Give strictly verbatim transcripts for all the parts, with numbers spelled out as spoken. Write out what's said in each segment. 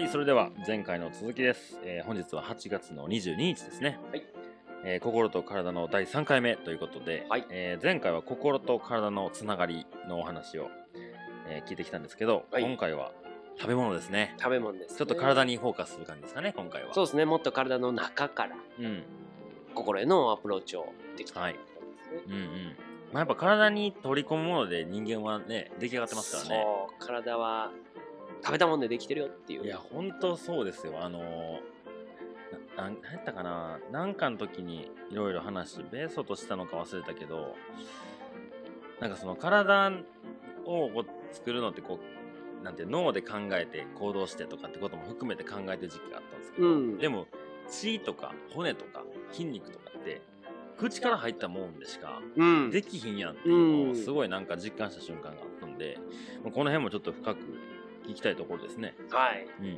それでは前回の続きです。えー、本日ははちがつのにじゅうににちですね。 はい。 えー、心と体のだいさんかいめということで、 はい。 えー、前回は心と体のつながりのお話を、えー、聞いてきたんですけど、 はい、 今回は食べ物ですね。 食べ物ですね。 ちょっと体にフォーカスする感じですかね、今回は。 そうですね。もっと体の中から、 うん、 心へのアプローチをできた、 はい。うんうん。まあ、やっぱ体に取り込むもので人間はね、出来上がってますからね。 そう、体は食べたもんでできてるよっていう。 いや、ほんとそうですよ。あのー、な、なんやったかな、なんかの時にいろいろ話、ベースとしたのか忘れたけど、なんかその体をこう作るのってこう、なんて脳で考えて行動してとかってことも含めて考えてる時期があったんですけど、 うん、 でも血とか骨とか筋肉とかって口から入ったもんでしかできひんやんっていうのをすごいなんか実感した瞬間があったんで、この辺もちょっと深く聞きたいところですね。 はい。うん、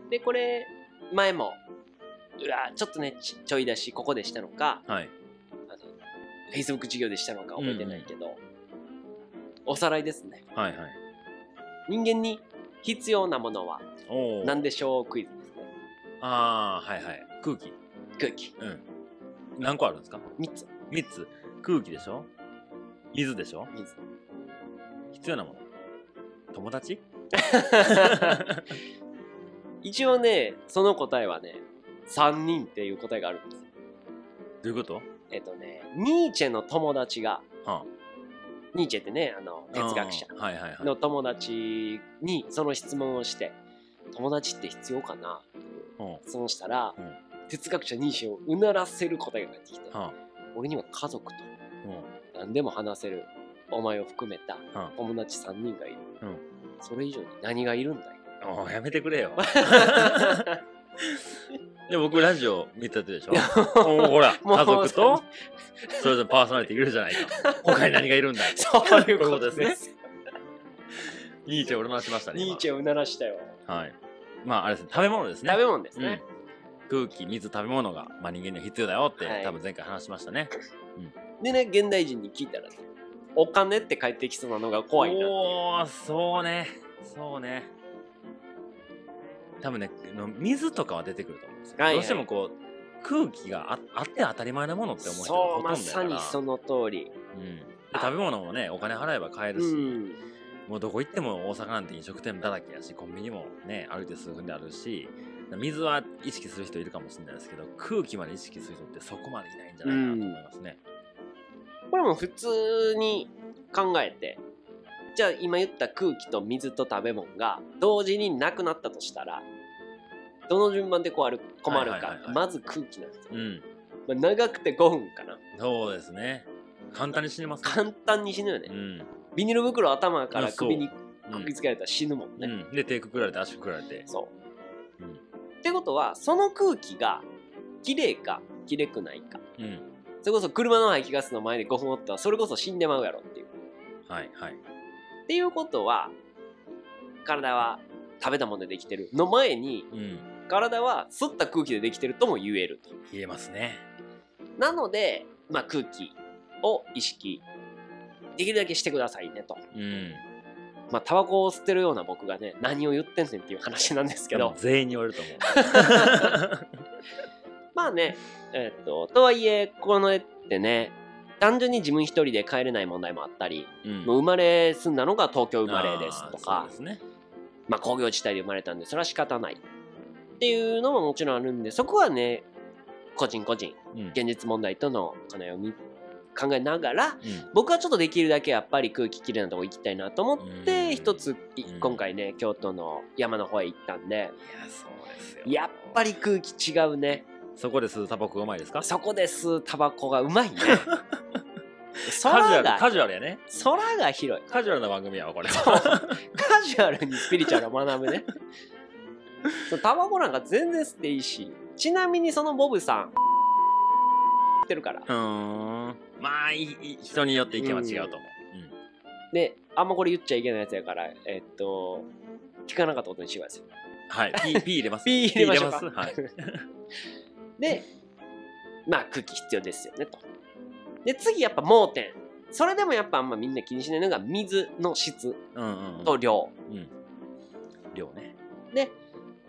でこれ前もうわちょっとね ち, ちょい出しここでしたのか、はい、あの Facebook 授業でしたのか覚えてないけど、うんうん、おさらいですね。はいはい。人間に必要なものは何でしょうクイズですね。 ああ、はいはい。空気。 空気。 うん。何個あるんですか？ みっつ。 みっつ。空気でしょ？水でしょ？ 水。 必要なもの。友達？ 一応ね、その答えはね、さんにんっていう答えがあるんですよ。 どういうこと？ えっとね、ニーチェの友達が、はあ、ニーチェってね、あの哲学者の友達にその質問をして、友達って必要かなって質問したら、うん、哲学者ニーチェをうならせる答えが返ってきて、はあ、俺には家族と、うん、何でも話せるお前を含めた友達さんにんがいる、うん、それ以上に何がいるんだよ。 おやめてくれよ。で僕ラジオ見たでしょ。ほら家族とそれぞれパーソナリティいるじゃないか。他に何がいるんだよ。 そういうことですね。 ニーチェをうならしましたね。 ニーチェをうならしたよ。 はい。まああれですね、食べ物ですね。 食べ物ですね。 うん、空気、水、食べ物が、まあ、人間には必要だよって、はい、多分前回話しましたね。 うん、でね、現代人に聞いたら、ね、お金って返ってきそうなのが怖いなっていう。 おー、そうね。そうね。多分ね、水とかは出てくると思うんですよ。はいはい、どうしてもこう空気が あ, あって当たり前なものって思う人がほとんどだから。 そう、まさにその通り。 うん、食べ物もね、お金払えば買えるし、うん、もうどこ行っても大阪なんて飲食店だらけやし、コンビニもね歩いて数分であるし、水は意識する人いるかもしれないですけど、空気まで意識する人ってそこまでいないんじゃないかなと思いますね。 うん、これも普通に考えて、じゃあ今言った空気と水と食べ物が同時になくなったとしたら、どの順番で困るか、まず空気なんですよ。うん、まあ、長くてごふんかな。 そうですね。簡単に死ねますね。 簡単に死ぬよね。うん、ビニール袋頭から首にくくりつけられたら死ぬもんね。 うん、で手くくられて足くくられて。 そう。うん、ってことはその空気がきれいかきれくないか。うん、それこそ車の排気ガスの前でごふんおったらそれこそ死んでまうやろっていう。 はいはい。 っていうことは体は食べたものでできてるの前に、うん、体は吸った空気でできてるとも言えると。 言えますね。 なので、まあ、空気を意識できるだけしてくださいねと。うん、まあタバコを吸ってるような僕がね何を言ってんねんっていう話なんですけど、 全員に言われると思う。 まあね、えー、っととはいえこの絵ってね、単純に自分一人で帰れない問題もあったり、うん、もう生まれ住んだのが東京生まれですとか、そうですね、まあ工業地帯で生まれたんでそれは仕方ないっていうのももちろんあるんで、そこはね個人個人、うん、現実問題との兼ね合いを考えながら、うん、僕はちょっとできるだけやっぱり空気きれいなとこ行きたいなと思って一つ、うん、今回ね京都の山の方へ行ったんで、いやそうですよ、やっぱり空気違うね。 そこで吸うタバコがうまいですか？ そこで吸うタバコがうまいね。 空がカジュアルやね。 空が広い。 カジュアルな番組やわこれ。 カジュアルにスピリチュアルを学ぶね。タバコなんか全然吸っていいし、ちなみにそのボブさんってるから。うーん、まあいい人によって意見は違うと思う。うん、 で、あんまこれ言っちゃいけないやつやから、えっと聞かなかったことにしますよ。 はい。P, P 入れます。 P 入れましょうか。 はい。 で、まあ空気必要ですよねと。で次やっぱ盲点。それでもやっぱあんまみんな気にしないのが水の質と量。 うんうんうん、量ね。 で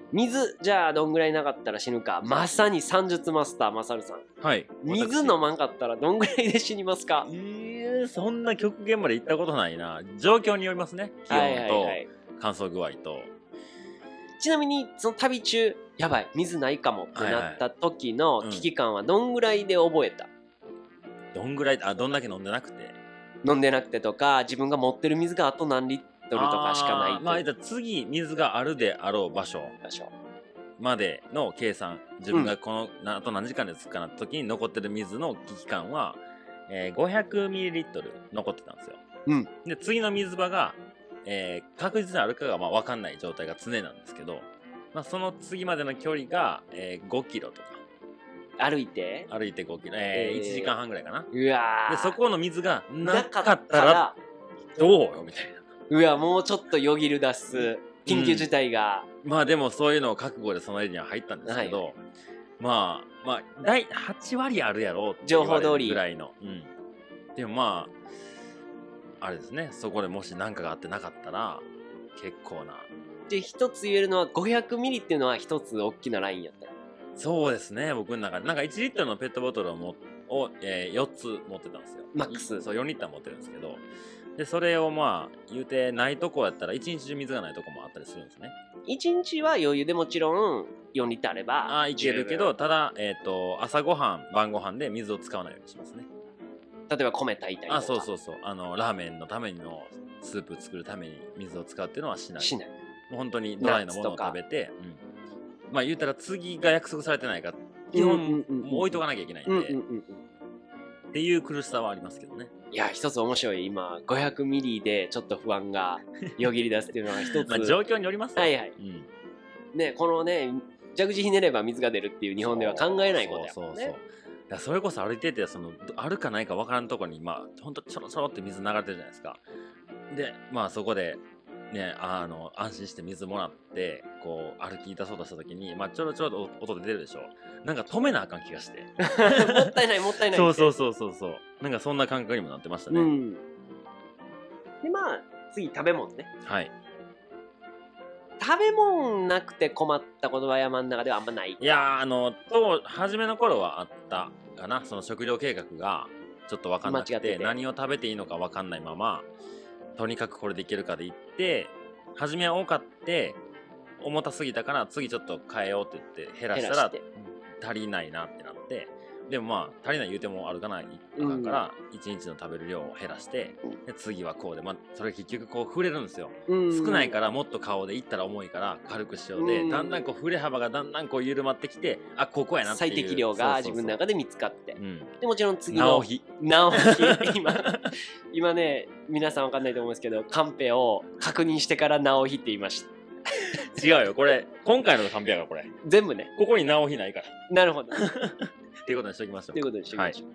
水じゃあどんぐらいなかったら死ぬか。まさに算術マスターマサルさん。 はい。 水飲まんかったらどんぐらいで死にますか？ えー、そんな極限まで行ったことないな。状況によりますね。気温と乾燥具合と。はいはいはい、 ちなみにその旅中やばい水ないかもってなった時の危機感はどんぐらいで覚えた？ どんぐらい、あ、どんだけ飲んでなくて飲んでなくてとか、自分が持ってる水があと何リットルとかしかない。 まあ次水があるであろう場所までの計算、自分がこの、うん、あと何時間で着くかなった時に残ってる水の危機感は、えー、ごひゃくミリリットル残ってたんですよ。 うん、 で次の水場が、えー、確実にあるかがまあ分かんない状態が常なんですけど、まあ、その次までの距離が、えー、ごキロとか。 歩いて歩いてごキロ、えーえー、いちじかんはんぐらいかな。 うわでそこの水がなかったらどうよみたいな。 うわもうちょっとよぎる出す緊急事態が、 うん、まあでもそういうのを覚悟でそのエリアに入ったんですけど、はい、まあまあだいはちわりあるやろうって言われるぐらいの、うん、でもまああれですね、そこでもし何かがあってなかったら結構な。 で一つ言えるのはごひゃくミリっていうのは一つ大きなラインやった。 そうですね、僕の中でなんかいちリットルのペットボトルをもを、えー、よっつ持ってたんですよ。 マックス。 そうよんリッター持ってるんですけど、でそれをまあ言うてないとこやったらいちにち中水がないとこもあったりするんですね。 いちにちは余裕でもちろんよんリッターあればああいけるけど、ただ、えー、と朝ごはん晩ごはんで水を使わないようにしますね。 例えば米炊いたりとか。 あそうそうそう、あのラーメンのためのスープ作るために水を使うっていうのはしない。 しない。 もう本当にドライのものを食べて、うん、まあ言うたら次が約束されてないから基本、うんうんうん、もう置いとかなきゃいけないんで、うんうんうんうん、っていう苦しさはありますけどね。 いや一つ面白い、今ごひゃくミリでちょっと不安がよぎり出すっていうのは一つまあ状況によりますよ。 はいはい、うん、ねこのね蛇口ひねれば水が出るっていう日本では考えないことやもんね。そうそうそう、 だそれこそ歩いててそのあるかないか分からんところにまあほんとちょろちょろって水流れてるじゃないですか。でまあそこでねあの安心して水もらってこう歩き出そうとした時にまあちょろちょろと音で出るでしょ。なんか止めなあかん気がしてもったいないもったいないそうそうそうそうそう、なんかそんな感覚にもなってましたね。うん、 でまあ次食べ物ね。 はい。 食べ物なくて困ったことは山の中ではあんまない。 いやあのと初めの頃はあったかな。その食料計画がちょっと分かんなく て, て何を食べていいのか分かんないままとにかくこれでいけるかでいって初めは多かって重たすぎたから次ちょっと変えようって言って減らしたら足りないなってなって、でもまあ足りない言うてもあるかないあかんからいちにちの食べる量を減らして、で次はこうで、まあ、それ結局こう触れるんですよ。少ないからもっと顔でいったら重いから軽くしようで、だんだんこう触れ幅がだんだんこう緩まってきて、あここやなっていう最適量が自分の中で見つかって、 うん、 でもちろん次の直ひ直ひ今今ね皆さん分かんないと思うんですけどカンペを確認してから直ひって言いました。 違うよこれ今回のカンペやからこれ全部ねここに直ひないから。 なるほどっていうことにしておきましょう。 ということにしておきましょう、はい、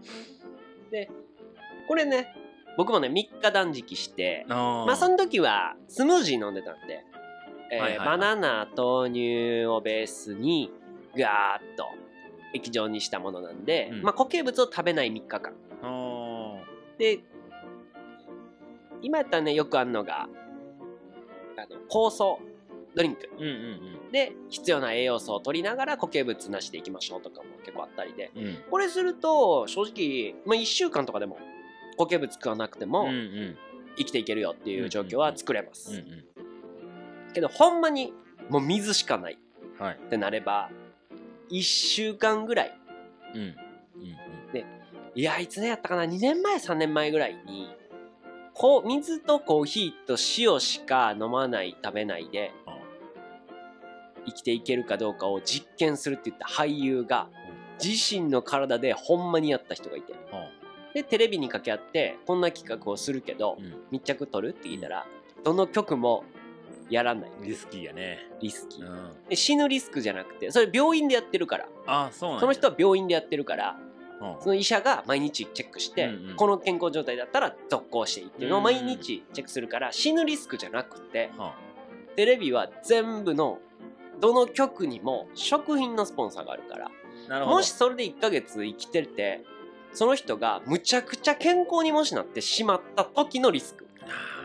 でこれね僕もねみっか断食してあまあその時はスムージー飲んでたんで、えーはいはいはい、バナナ豆乳をベースにガーッと液状にしたものなんで、うん、まあ固形物を食べないみっかかんで今やったらねよくあるのがあの酵素ドリンク、うんうんうん、で必要な栄養素を取りながら固形物なしでいきましょうとかも結構あったりで、うん、これすると正直、まあ、いっしゅうかんとかでも固形物食わなくても生きていけるよっていう状況は作れます、うんうんうん、けどほんまにもう水しかないってなれば、はい、いっしゅうかんぐらい、うんうんうん、でいやいつねやったかなにねんまえさんねんまえぐらいにこう水とコーヒーと塩しか飲まない食べないで生きていけるかどうかを実験するって言った俳優が自身の体でほんまにやった人がいて、でテレビに掛け合ってこんな企画をするけど、うん、密着撮るって言ったら、うん、どの局もやらない。 リスキーやね。 リスキー、うん、で死ぬリスクじゃなくてそれ病院でやってるから。 ああそうなんや。 その人は病院でやってるからその医者が毎日チェックして、うんうん、この健康状態だったら続行していいっていうのを毎日チェックするから死ぬリスクじゃなくて、うん、テレビは全部のどの局にも食品のスポンサーがあるから、なるほど。もしそれでいっかげつ生きててその人がむちゃくちゃ健康にもしなってしまった時のリスク、食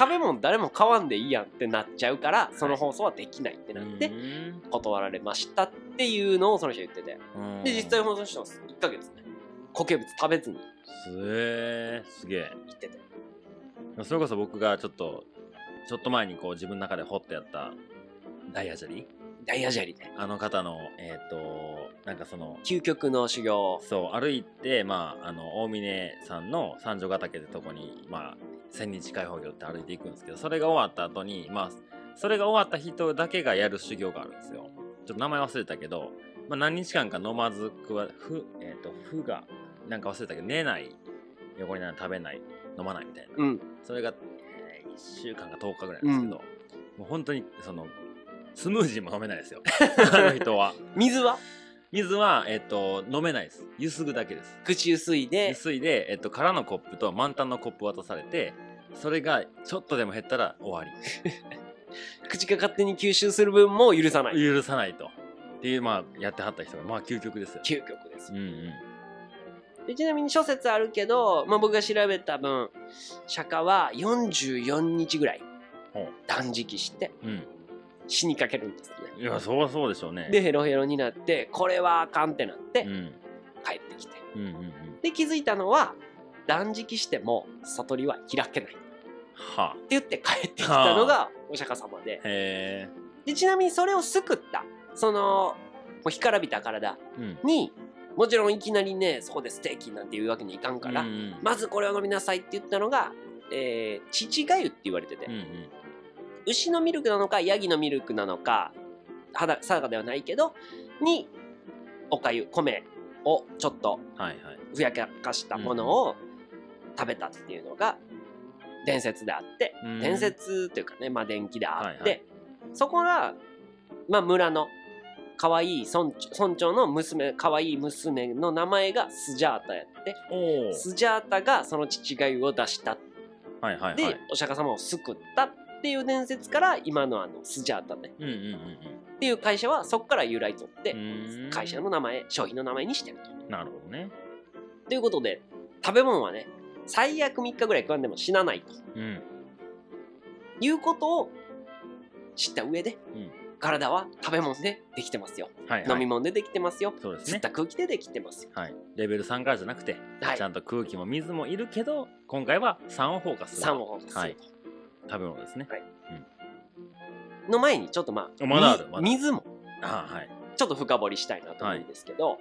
食べ物誰も買わんでいいやんってなっちゃうからその放送はできないってなって断られましたっていうのをその人言ってて、で実際放送したんですいっかげつね固形物食べずにすげえすげえ言ってて、 それこそ僕がちょっとちょっと前にこう自分の中でホッとやったダイヤジャリダイヤジャリね、 あの方のえっ、ー、となんかその究極の修行、 そう歩いてまああの大峰さんの三条ヶ岳ってとこにまあ千日開放業って歩いていくんですけど、それが終わった後にまあそれが終わった人だけがやる修行があるんですよ。ちょっと名前忘れたけど、まあ、何日間か飲まずくわふえっ、ー、とふがなんか忘れたけど寝ない横になる食べない飲まないみたいな、 うん、 それが、えー、いっしゅうかんかとおかぐらいなんですけど、うん、もう本当にそのスムージーも飲めないですよあの人は。 水は水は、えっと、飲めないです。ゆすぐだけです。 口ゆすいでゆすいで、えっと、空のコップと満タンのコップ渡されて、それがちょっとでも減ったら終わり口が勝手に吸収する分も許さない許さないとっていう、まあやってはった人がまあ究極ですよ。 究極です、 うんうん、 でちなみに諸説あるけど、まあ、僕が調べた分釈迦はよんじゅうよっかぐらい断食して、うん、死にかけるんですね。 いやそうはそうでしょうね。 でヘロヘロになってこれはあかんってなって、うん、帰ってきて、うんうんうん、で気づいたのは断食しても悟りは開けない、はあ、って言って帰ってきたのがお釈迦様で、へでちなみにそれを救ったその干からびた体に、うん、もちろんいきなりねそこでステーキなんて言うわけにいかんから、うんうん、まずこれを飲みなさいって言ったのが、えー、乳がゆって言われてて、うんうん、牛のミルクなのかヤギのミルクなのか定かではないけどにおかゆ米をちょっとふやかしたものを食べたっていうのが伝説であって、うん、伝説というかね、まあ、伝記であって、はいはい、そこが、まあ、村の可愛い村村長の娘可愛い娘の名前がスジャータやってスジャータがその乳がゆを出した、はいはいはい、でお釈迦様を救ったっていう伝説から今のあのスジャータね、うんうんうんうん、っていう会社はそこから由来取って会社の名前商品の名前にしてると。 なるほどね。 ということで食べ物はね最悪みっかぐらい食わんでも死なないと、うん、いうことを知った上で、うん、体は食べ物でできてますよ、はいはい、飲み物でできてますよ、そうですね、吸った空気でできてますよ、はい、 レベルさんからじゃなくて、はい、ちゃんと空気も水もいるけど今回はさんをフォーカスするさんをフォーカスする、はい、 食べ物ですね、はいうん、の前にちょっとまあ、 まだあるまだ水もあ、はい、 ちょっと深掘りしたいなと思うんですけど、はい、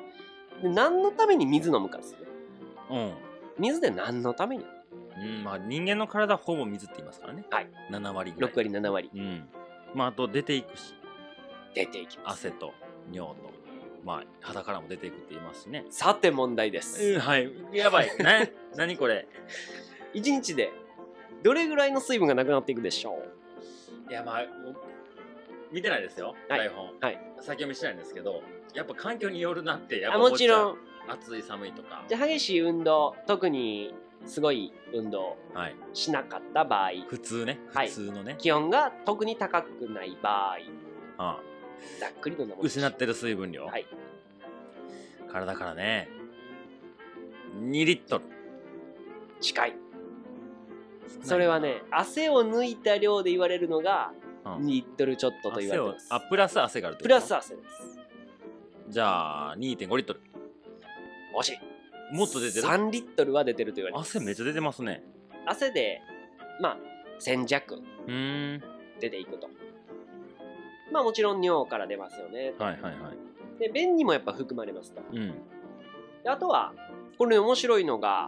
何のために水飲むかですね、うん、水で何のために、 うんまあ、人間の体はほぼ水って言いますからね、はい、ななわりぐらいろくわりななわり、 うんまあ、あと出ていくし出ていきます汗と尿とまあ肌からも出ていくって言いますしね。 さて問題です、 うん、はいやばいな何これいちにちでどれぐらいの水分がなくなっていくでしょう。いやまあ見てないですよ、はい、台本、はい、先読みしてないんですけどやっぱ環境によるなってやっぱもちろん暑い寒いとかじゃ激しい運動特にすごい運動しなかった場合、はい、 普通ね普通のね、 はい、気温が特に高くない場合、ああざっくりとなもの失ってる水分量、はい、体からねにリットル近い。それはね汗を抜いた量で言われるのがにリットルちょっとと言われてます。 あプラス汗があるってこと？プラス汗です。 じゃあ にてんごリットル。 惜しい。 もっと出てる？ さんリットルは出てると言われてます。 汗めっちゃ出てますね。 汗でまあせん弱出ていくと。まあもちろん尿から出ますよね。はいはいはい。で便にもやっぱ含まれますと。うん、であとはこれ、ね、面白いのが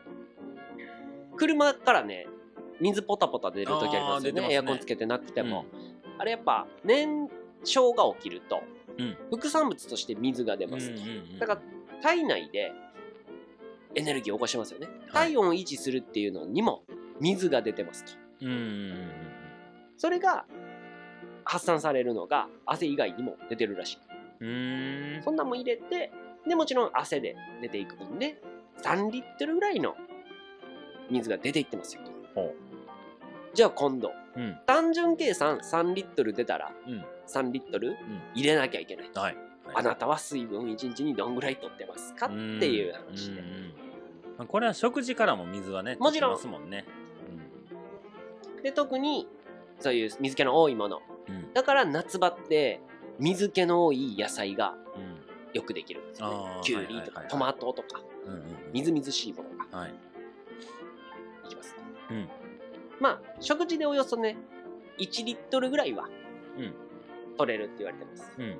車からね水ポタポタ出る時ありますよね。エアコンつけてなくても、うん、あれやっぱ燃焼が起きると、うん、副産物として水が出ますと、うんうんうん、だから体内でエネルギーを起こしますよね、はい、体温を維持するっていうのにも水が出てますと、うんうんうん、それが発散されるのが汗以外にも出てるらしい。うーんそんなも入れてでもちろん汗で出ていく分でさんリットルぐらいの水が出ていってますよと。じゃあ今度、うん、単純計算さんリットル出たら、うん、さんリットル入れなきゃいけない、うんはいはい、あなたは水分いちにちにどんぐらい取ってますかっていう話で、 これは食事からも水はねもちろんますもんね、 で特にそういう水気の多いもの、うん、だから夏場って水気の多い野菜がよくできるんですよね。きゅうりとかトマトとか、うんうんうん、みずみずしいものが、はい、いきますね、うん、まあ食事でおよそねいちリットルぐらいは、うん、取れるって言われてます、うん、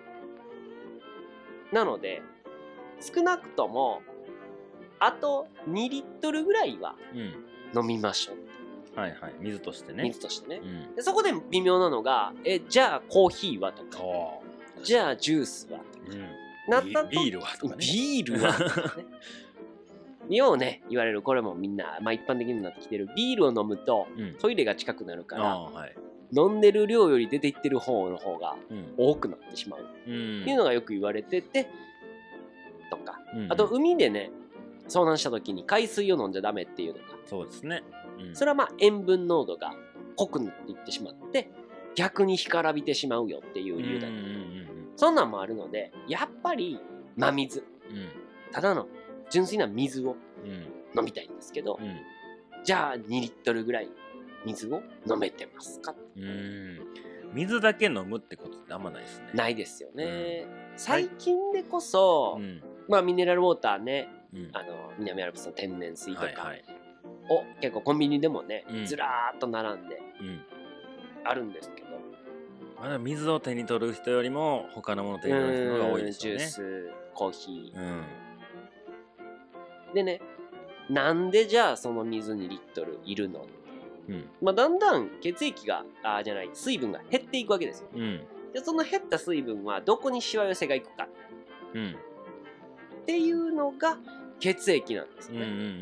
なので少なくともあとにリットルぐらいは飲みましょう、 うん、はいはい、水としてね水としてね、うん、でそこで微妙なのがえじゃあコーヒーはとかじゃあジュースはとか、うん、なったとビールはとかねビールはとかねようね言われる、これもみんな、まあ、一般的になってきてる、ビールを飲むと、うん、トイレが近くなるから、はい、飲んでる量より出ていってる方の方が多くなってしまう、うん、っていうのがよく言われててとか、うん、あと海でね遭難した時に海水を飲んじゃダメっていうのが、 そうですね、 うん、それはまあ塩分濃度が濃くなっていってしまって逆に干からびてしまうよっていう理由だったり、うんうんうん、そんなんもあるのでやっぱり真水、うん、ただの純粋な水を飲みたいんですけど、うん、じゃあにリットルぐらい水を飲めてますか？ うーん、水だけ飲むってことってあんまないですね。 ないですよね、うん、最近でこそ、はい、まあミネラルウォーターね、うん、あの南アルプスの天然水とか、はいはい、を結構コンビニでもね、うん、ずらーっと並んで、うん、あるんですけど、 まだ水を手に取る人よりも他のものを手に取る人の方が多いですよね。 ジュース、コーヒー、うんでね、なんでじゃあその水にリットルいるの、うん、まあだんだん血液があじゃない水分が減っていくわけですよ、うん、でその減った水分はどこにしわ寄せがいくか、うん、っていうのが血液なんですね、うんうんうんうん、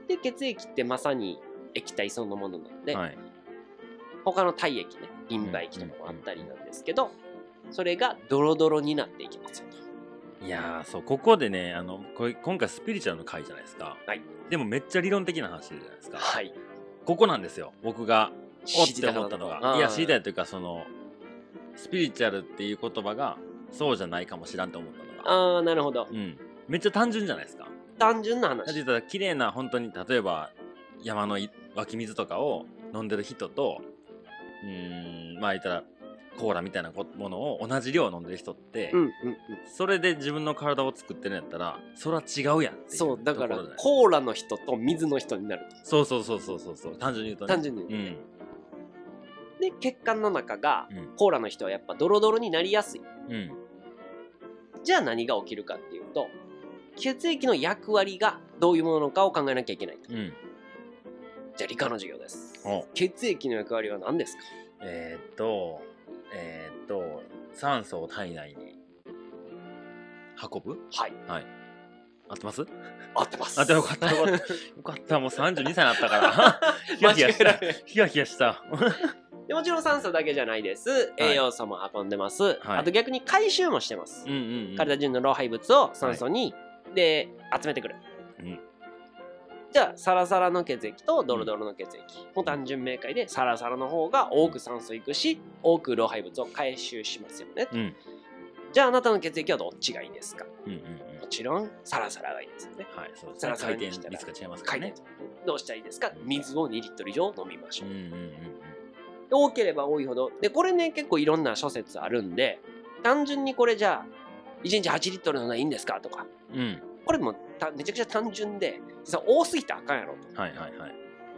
で血液ってまさに液体そのものなので、はい、他の体液ねリンパ液とかもあったりなんですけど、うんうん、それがドロドロになっていきますよと。 いやーそうここでねあのこれ今回スピリチュアルの回じゃないですか、はい、でもめっちゃ理論的な話じゃないですか、はい、ここなんですよ僕がおって思ったのが、いや知りたいというかそのスピリチュアルっていう言葉がそうじゃないかもしらんと思ったのが、 ああなるほど、 うん、めっちゃ単純じゃないですか。 単純な話。 だって綺麗な本当に例えば山の湧き水とかを飲んでる人とうーんまあ言ったらコーラみたいなものを同じ量飲んでる人って、うんうんうん、それで自分の体を作ってるんやったらそれは違うやんっていう。 そうだからコーラの人と水の人になると。 そうそうそうそうそうそう単純に言うとね。 単純に言うとね、うん、で血管の中が、うん、コーラの人はやっぱドロドロになりやすい、うん、じゃあ何が起きるかっていうと血液の役割がどういうものかを考えなきゃいけないと、うん、じゃあ理科の授業です。血液の役割は何ですか？ えー、っとえー、っと酸素を体内に運ぶ。はい、はい、合ってます？ 合ってます。 あってよかったよかったよかったもうさんじゅうにさいになったからヒヤヒヤしたヒヤヒヤしたでもちろん酸素だけじゃないです、栄養素も運んでます、はい、あと逆に回収もしてます、うんうんうん、体中の老廃物を酸素に、はい、で集めてくる、うん、じゃあサラサラの血液とドロドロの血液、うん、もう単純明快でサラサラの方が多く酸素いくし多く老廃物を回収しますよね、うん、じゃああなたの血液はどっちがいいですか、うんうんうん、もちろんサラサラがいいですよね、はい、そうですね。サラサラにしたら回転率が違いますからね。 どうしたらいいですか、水をにリットル以上飲みましょう、うんうんうん、多ければ多いほどでこれね結構いろんな諸説あるんで単純にこれじゃあいちにちはちリットルの方がいいんですかとか、うん、これもめちゃくちゃ単純で実は多すぎてあかんやろと、はいはいはい、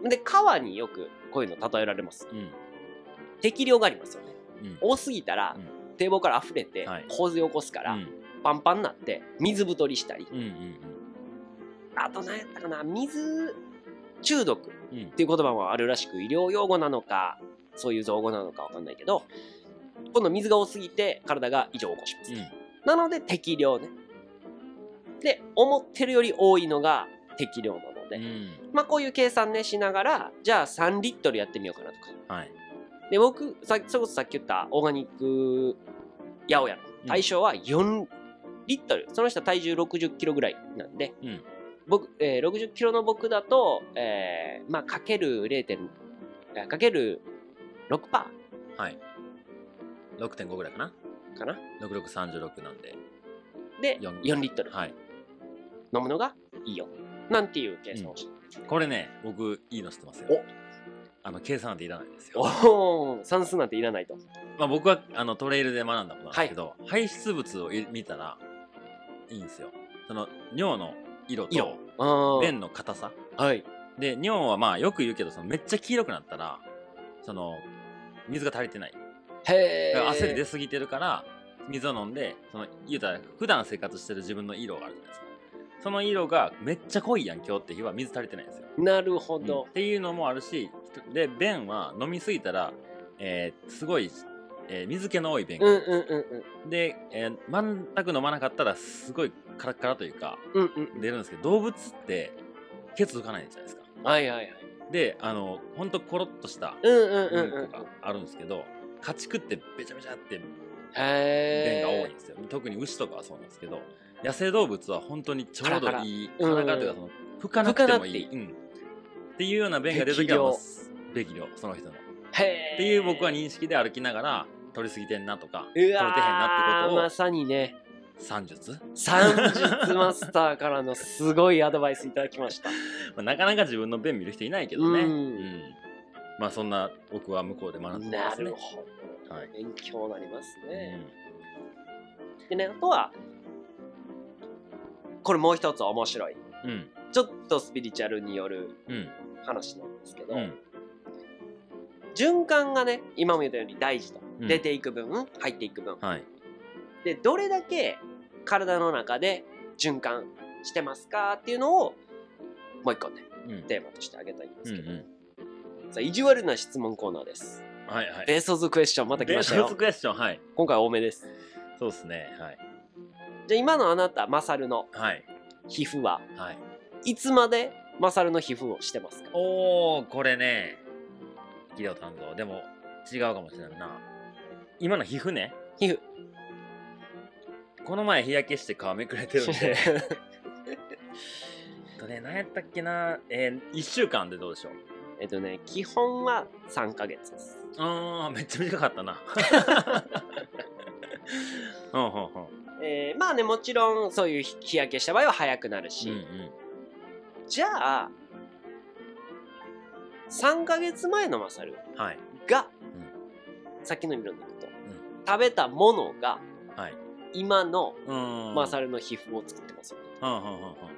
で川によくこういうの例えられます、うん、適量がありますよね、うん、多すぎたら、うん、堤防から溢れて、はい、洪水を起こすから、うん、パンパンになって水太りしたり、うんうんうん、あと何やったかな水中毒っていう言葉もあるらしく、医療用語なのかそういう造語なのか分かんないけど今度水が多すぎて体が異常を起こします、うん、なので適量ねで思ってるより多いのが適量なので、うん、まあこういう計算ねしながらじゃあさんリットルやってみようかなとか、はい、で僕さそれこそさっき言ったオーガニック八百屋の対象はよんリットル、うん、その人は体重ろくじゅっキロぐらいなんで、うん、僕、えー、ろくじゅっキロの僕だと、えー、まあかける れいてん かける ろくパーセント、はい、 ろくてんごぐらいかなかなろくろくさんじゅうろくなんでで よん, よんリットル、はい、飲むのがいいよなんていう計算をして、 うん、これね僕いいの知ってますよ。 あの計算なんていらないんですよ。 おお、算数なんていらないと。 まあ僕はあのトレイルで学んだことなんですけど、はい、排出物を見たらいいんですよ。その尿の色と便の硬さ。 はい。 で尿はまあよく言うけど、そのめっちゃ黄色くなったらその水が足りてない。 へえ。 汗で出過ぎてるから水を飲んで、その言うたら普段生活してる自分の色があるじゃないですか。その色がめっちゃ濃いやん今日って日は水足りてないんですよ。 なるほど、 うん、っていうのもあるし、で便は飲みすぎたら、えー、すごい、えー、水気の多い便が、うんうんうんうん、で、えー、全く飲まなかったらすごいカラッカラというか、うんうん、出るんですけど、動物ってケツ浮かないじゃないですか。 はいはいはい。 で、あのほんとコロッとしたうんこがあるんですけど、家畜ってべちゃべちゃって便が多いんですよ。特に牛とかはそうなんですけど、野生動物は本当にちょうどいい、カラカラというか、その拭かなくてもいい、うん、っていうような便が出るときは適量、その人の。っていう僕は認識で歩きながら取りすぎてんなとか取れてへんなってことを、 まさにね、 算術算術マスターからのすごいアドバイスいただきました。 まあなかなか自分の便見る人いないけどね、うんうん、まあそんな僕は向こうで学んでますね。 なるほど、はい、勉強になりますね、うん、でね、あとはこれもう一つ面白い、うん、ちょっとスピリチュアルによる話なんですけど、うん、循環がね、今も言ったように大事と、うん、出ていく分入っていく分、はい、でどれだけ体の中で循環してますかっていうのをもう一個ね、うん、テーマとして挙げたいんですけど、うんうん、さあ意地悪な質問コーナーです。はいはい。ベースオズクエスチョンまた来ましたよ。ベースオズクエスチョン、はい。今回多めです。 そうですね、はい。 じゃあ今のあなたマサルの皮膚は、はい、いつまでマサルの皮膚をしてますか？ おー、これね、医療担当でも違うかもしれないな。今の皮膚ね。 皮膚。 この前日焼けして皮めくれてるんで。とね、何やったっけな、えー、いっしゅうかんでどうでしょう？ えっとね、基本はさんかげつです。 あー、めっちゃ短かったな。ほうほうほう。 えー、まあね、もちろんそういう日焼けした場合は早くなるし、うんうん、じゃあさんかげつまえのマサルが、はい、うん、さっきの理論でいくと、うん、食べたものが、はい、今のマサルの皮膚を作ってますよね。うんうんうんうん、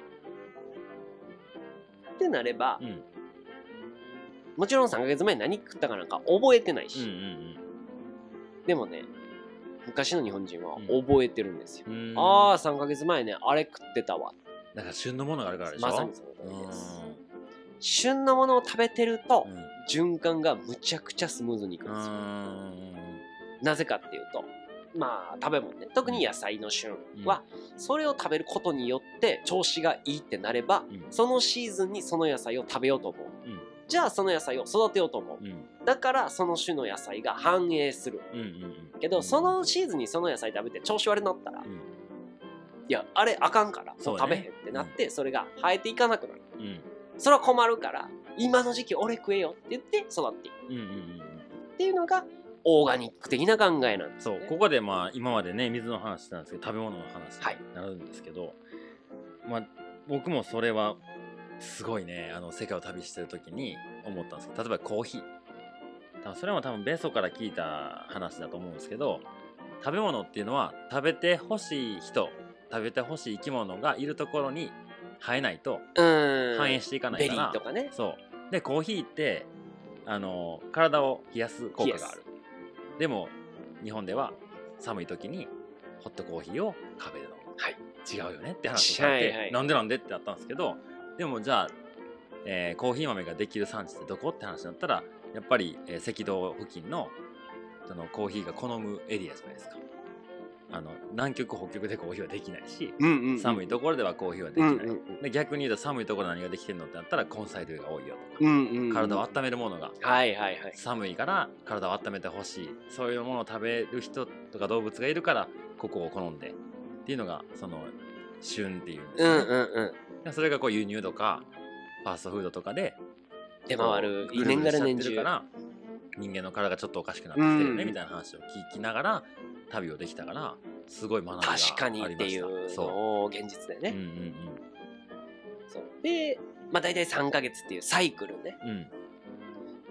ってなれば、うん、もちろんさんかげつまえ何食ったかなんか覚えてないし、うんうんうん、でもね、昔の日本人は覚えてるんですよ、うん、ああさんかげつまえねあれ食ってたわ。 だから旬のものがあるからでしょ。 まさにその通りです。旬のものを食べてると、うん、循環がむちゃくちゃスムーズにいくんですよ。なぜかっていうと、まあ食べ物ね、特に野菜の旬は、うん、それを食べることによって調子がいいってなれば、うん、そのシーズンにその野菜を食べようと思う、うん、じゃあその野菜を育てようと思う、うん、だからその種の野菜が繁栄する、うんうんうん、けどそのシーズンにその野菜食べて調子悪くなったら、うん、いやあれあかんからもう食べへんってなって、それが生えていかなくなる、うん、それは困るから今の時期俺食えよって言って育っていく、うんうんうん、っていうのがオーガニック的な考えなんですよね。 そう、ここでまあ今までね水の話したんですけど食べ物の話になるんですけど、はい、まあ僕もそれはすごいね、あの世界を旅してる時に思ったんですけど、例えばコーヒー、多分それも多分ベソから聞いた話だと思うんですけど、食べ物っていうのは食べてほしい人、食べてほしい生き物がいるところに生えないと繁栄していかないから。 ベリーとかね。 そうでコーヒーってあの体を冷やす効果がある。でも日本では寒い時にホットコーヒーを食べるの、はい、違うよねって話をされて、はいはい、なんでなんでってなったんですけど、でもじゃあ、えー、コーヒー豆ができる産地ってどこって話になったら、やっぱり、えー、赤道付近のそのコーヒーが好むエリアじゃないですか。あの南極北極でコーヒーはできないし、うんうんうん、寒いところではコーヒーはできない、うんうんうん、で逆に言うと寒いところで何ができてるのってなったら根菜類が多いよとか、うんうんうん、体を温めるものが、はいはいはい、寒いから体を温めてほしい、そういうものを食べる人とか動物がいるからここを好んでっていうのがその旬っていうんですよね、うんうんうん、それがこう輸入とかファーストフードとかで出回る年がら年中から人間の体がちょっとおかしくなってきてるねみたいな話を聞きながら旅をできたから、すごい学びがありました。 確かにっていうのを現実でね、うんうんうん、そうで、まあ、大体さんかげつっていうサイクルね、うん、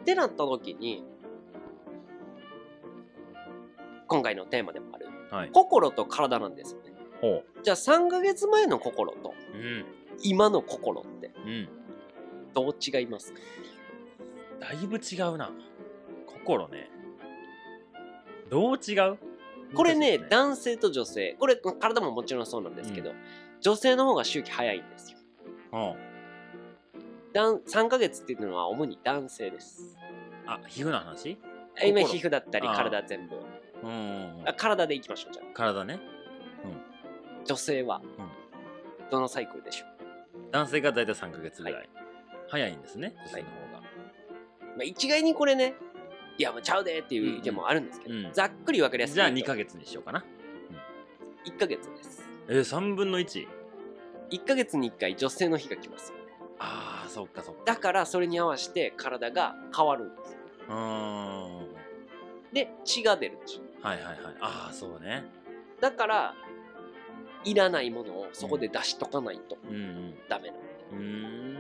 ってなった時に今回のテーマでもある、はい、心と体なんですよね。ほう。じゃあさんかげつまえの心と、うん、今の心って、うん、どう違いますか？ だいぶ違うな。心ね。どう違う？ これね、男性と女性、これ体ももちろんそうなんですけど、うん、女性の方が周期早いんですよ。うん、さんかげつっていうのは主に男性です。 あ、皮膚の話？ 今皮膚だったり体全部。うん、あ、体でいきましょう。じゃあ体ね、 うん、女性は、うん、どのサイクルでしょう？ 男性がだいたいさんかげつぐらい、はい、早いんですね、女性の方が。はい、 まあ、一概にこれね、いやもうちゃうでっていう意見もあるんですけど、うんうん、ざっくり分かりやすく。 じゃあにかげつにしようかな。 うん、いっかげつです。 えー、さんぶんのいち？ いっかげつにいっかい女性の日が来ます。 ああ、そっかそっか。 だからそれに合わせて体が変わるんですよ。うーん。で、血が出るでしょ。 はいはいはい。ああ、そうね。 だからいらないものをそこで出しとかないとダメなの。うんうん、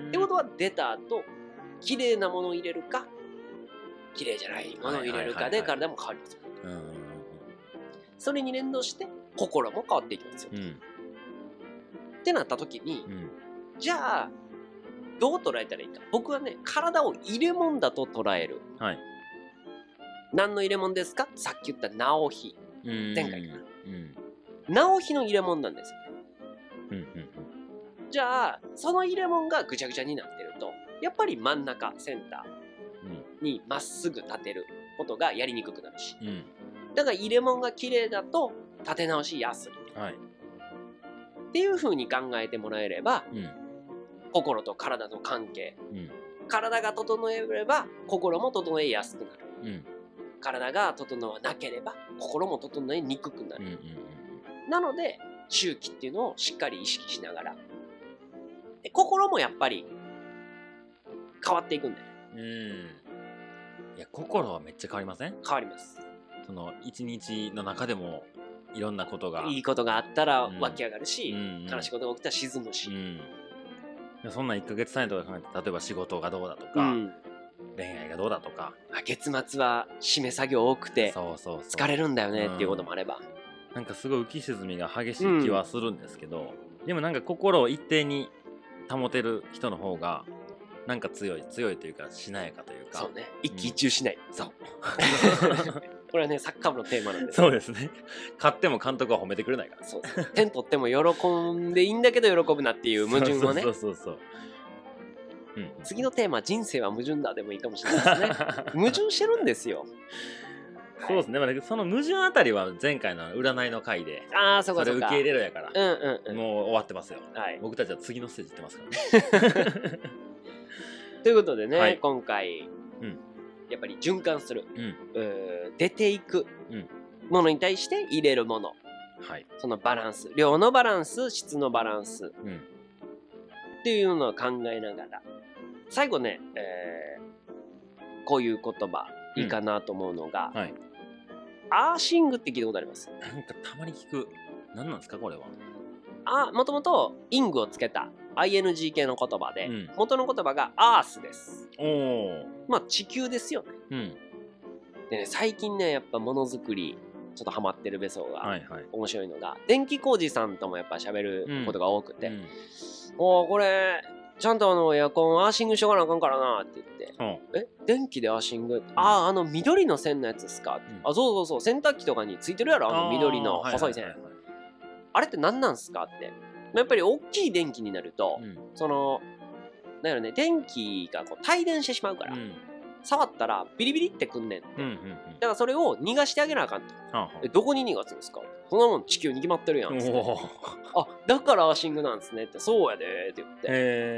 ってことは出た後綺麗なものを入れるか綺麗じゃないものを入れるかで体も変わりますよ。それに連動して心も変わっていきますよ。うん、ってなった時に、うん、じゃあどう捉えたらいいか。僕はね、体を入れ物だと捉える。はい、何の入れ物ですか？さっき言った直火。前回かな。うん、直火の入れ物なんですよ。うんうんうん、じゃあその入れ物がぐちゃぐちゃになってるとやっぱり真ん中センターにまっすぐ立てることがやりにくくなるし、うん、だから入れ物が綺麗だと立て直しやすい、はい、っていう風に考えてもらえれば、うん、心と体の関係、うん、体が整えれば心も整えやすくなる、うん、体が整わなければ心も整えにくくなる、うんうんうん、なので周期っていうのをしっかり意識しながら、で心もやっぱり変わっていくんだよね。うん。 いや、心はめっちゃ変わりません？ 変わります。 その一日の中でもいろんなことがいいことがあったら湧き上がるし、うんうんうん、悲しいことが起きたら沈むし、 うん、そんないっかげつ単位とか考えて、例えば仕事がどうだとか、うん、恋愛がどうだとか、 月末は締め作業多くて疲れるんだよねっていうこともあれば、 うん、なんかすごい浮き沈みが激しい気はするんですけど、うん、でもなんか心を一定に保てる人の方がなんか強い強いというかしなやかというか、 そうね、一喜一憂しない、うん、そうこれはねサッカー部のテーマなんです。 そうですね。勝っても監督は褒めてくれないから、 そう点取っても喜んでいいんだけど喜ぶなっていう矛盾をね。 そうそうそうそう、 うん、次のテーマ人生は矛盾だでもいいかもしれないですね。矛盾してるんですよ。 そうですね、はい、その矛盾あたりは前回の占いの回で、 ああ、そうかそうか、 それ受け入れろやから、 うんうんうん、 もう終わってますよ、はい、僕たちは次のステージ行ってますからね。 ということでね、はい、今回、うん、やっぱり循環する、うん、う出ていくものに対して入れるもの、はい、そのバランス、量のバランス、質のバランス、うん、っていうのを考えながら、最後ね、えー、こういう言葉いいかなと思うのが、うんはい、アーシングって聞いたことあります？ なんかたまに聞く。何なんですかこれは？ あ、もともとイングをつけた アイエヌジー 系の言葉で、うん、元の言葉がアースです。おまあ地球ですよね。うん、でね、最近ねやっぱものづくりちょっとハマってるベソが、はいはい、面白いのが電気工事さんともやっぱ喋ることが多くて、うんうん、おーこれちゃんとあのエアコンアーシングしとかなあかんからなって言って、うん、え電気でアーシング、うん、あああの緑の線のやつですか、うん、あそうそうそう洗濯機とかについてるやろあの緑の細い線、あ,、はいはいはい、あれって何なんすかって。やっぱり大きい電気になると、うん、そのなんやろね、電気がこう帯電してしまうから、うん、触ったらビリビリってくんねんって、うんうんうん、だからそれを逃がしてあげなあかんと、はあ、えどこに逃がすんですか、そんなもん地球に決まってるやんっつって、あだからアーシングなんですねって、そうやでって言って、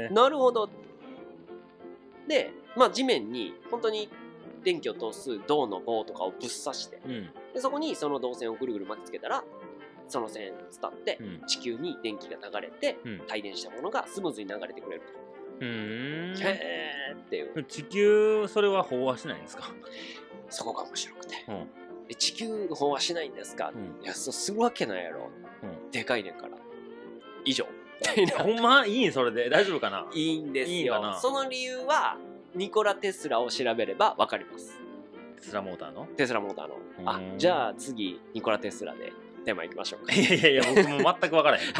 なるほど。でまあ地面に本当に電気を通す銅の棒とかをぶっ刺して、うん、でそこにその銅線をぐるぐる巻きつけたらその線伝って地球に電気が流れて、うん、帯電したものがスムーズに流れてくれると。うーんへーっていう。 地球それは飽和しないんですか？ そこが面白くて、うん、で地球飽和しないんですか、うん、いやそうするわけないやろ、うん、でかいねんから以上ほんまいいんそれで大丈夫かな？ いいんですよ。いいその理由はニコラ・テスラを調べれば分かります。 テスラモーターのテスラモーターの。あ、じゃあ次ニコラ・テスラでテーマいきましょうか。 いやいやいや、僕も全く分からへん。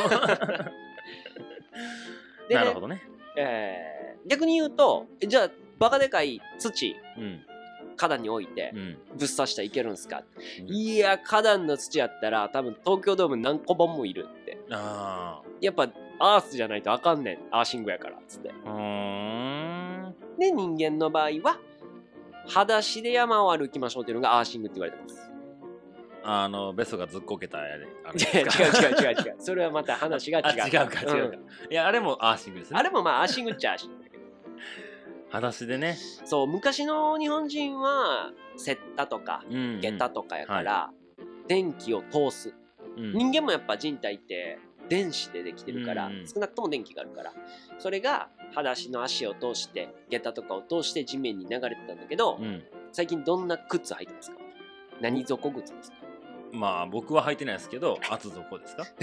でね、 なるほどね。 えー、逆に言うと、じゃあバカでかい土、 うん、 花壇に置いてぶっ刺したらいけるんすか、うん、いや花壇の土やったら多分東京ドーム何個分もいるって。 あ、 やっぱアースじゃないとあかんねん、アーシングやからっつって。 うーん、 で人間の場合は裸足で山を歩きましょうっていうのがアーシングって言われてます。 あのベソがずっこけたやれ。 違う違う違う違う。それはまた話が違う。 違うか違うか、うん。いやあれもアーシングですね。 あれもまあアーシングっちゃアーシングだけど。 裸足でね。 そう、昔の日本人はセッタとかゲタとかやから、うんうん、電気を通す、うん、人間もやっぱ人体って電子でできてるから、うんうん、少なくとも電気があるから、それが裸足の足を通してゲタとかを通して地面に流れてたんだけど、うん、最近どんな靴履いてますか？何底靴ですか？ まあ僕は履いてないですけど、厚底ですか？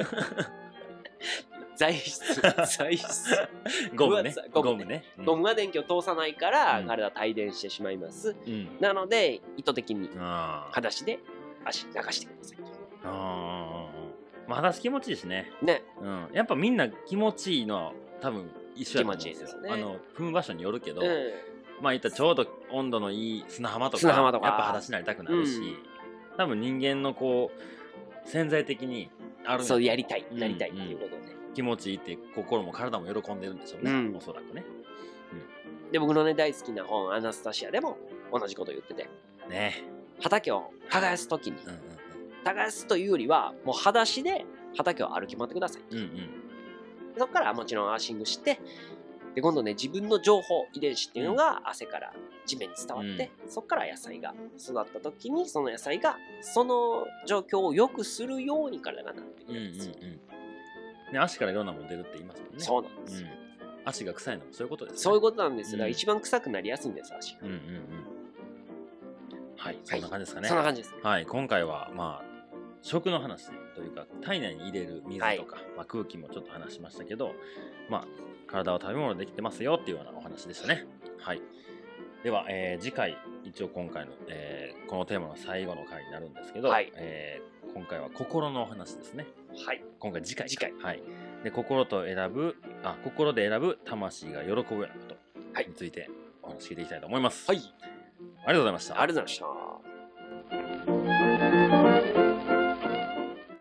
材質材質ゴムねゴムね、 ゴムは電気を通さないから体は帯電してしまいます、うん、なので意図的に裸足で足流してくださいと。 あ、まあ裸足気持ちいいですね。 ね、 うん、やっぱみんな気持ちいいのは多分一緒だと思うんですよ。 気持ちいいですね。 あの踏む場所によるけど、 うん、 まあいったちょうど温度のいい砂浜とか、 砂浜とかやっぱ裸足になりたくなるし、うん、多分人間のこう潜在的にあるん、 そうやりたいなりたいっていうことで、ね、 うん、気持ちいいって心も体も喜んでるんでしょうね、うん、おそらくね、 うん、で僕のね大好きな本アナスタシアでも同じこと言っててね、 畑を耕す時に、うんうんうん、耕すというよりはもう裸足で畑を歩き回ってください、うんうん、そこからもちろんアーシングしてで今度ね自分の情報遺伝子っていうのが汗から地面に伝わって、うん、そこから野菜が育った時にその野菜がその状況を良くするように体がなってくるんですよ、うんうんうんね、足からいろんなもの出るって言いますもんね。 そうなんですよ、うん、 足が臭いのもそういうことですね。 そういうことなんですよ、うん、一番臭くなりやすいんです足が、うんうんうん、 はい、そんな感じですかね。 そんな感じですね。 はい、今回はまあ食の話というか体内に入れる水とか、はい、まあ、空気もちょっと話しましたけど、まあ体は食べ物でできてますよっていうようなお話でしたね。はい。では、えー、次回一応今回の、えー、このテーマの最後の回になるんですけど、はい、えー、今回は心のお話ですね。 はい。 今回次回次回はい。で心と選ぶあ心で選ぶ魂が喜ぶようなことについてお話ししていきたいと思います。 はい。 ありがとうございました。 ありがとうございました。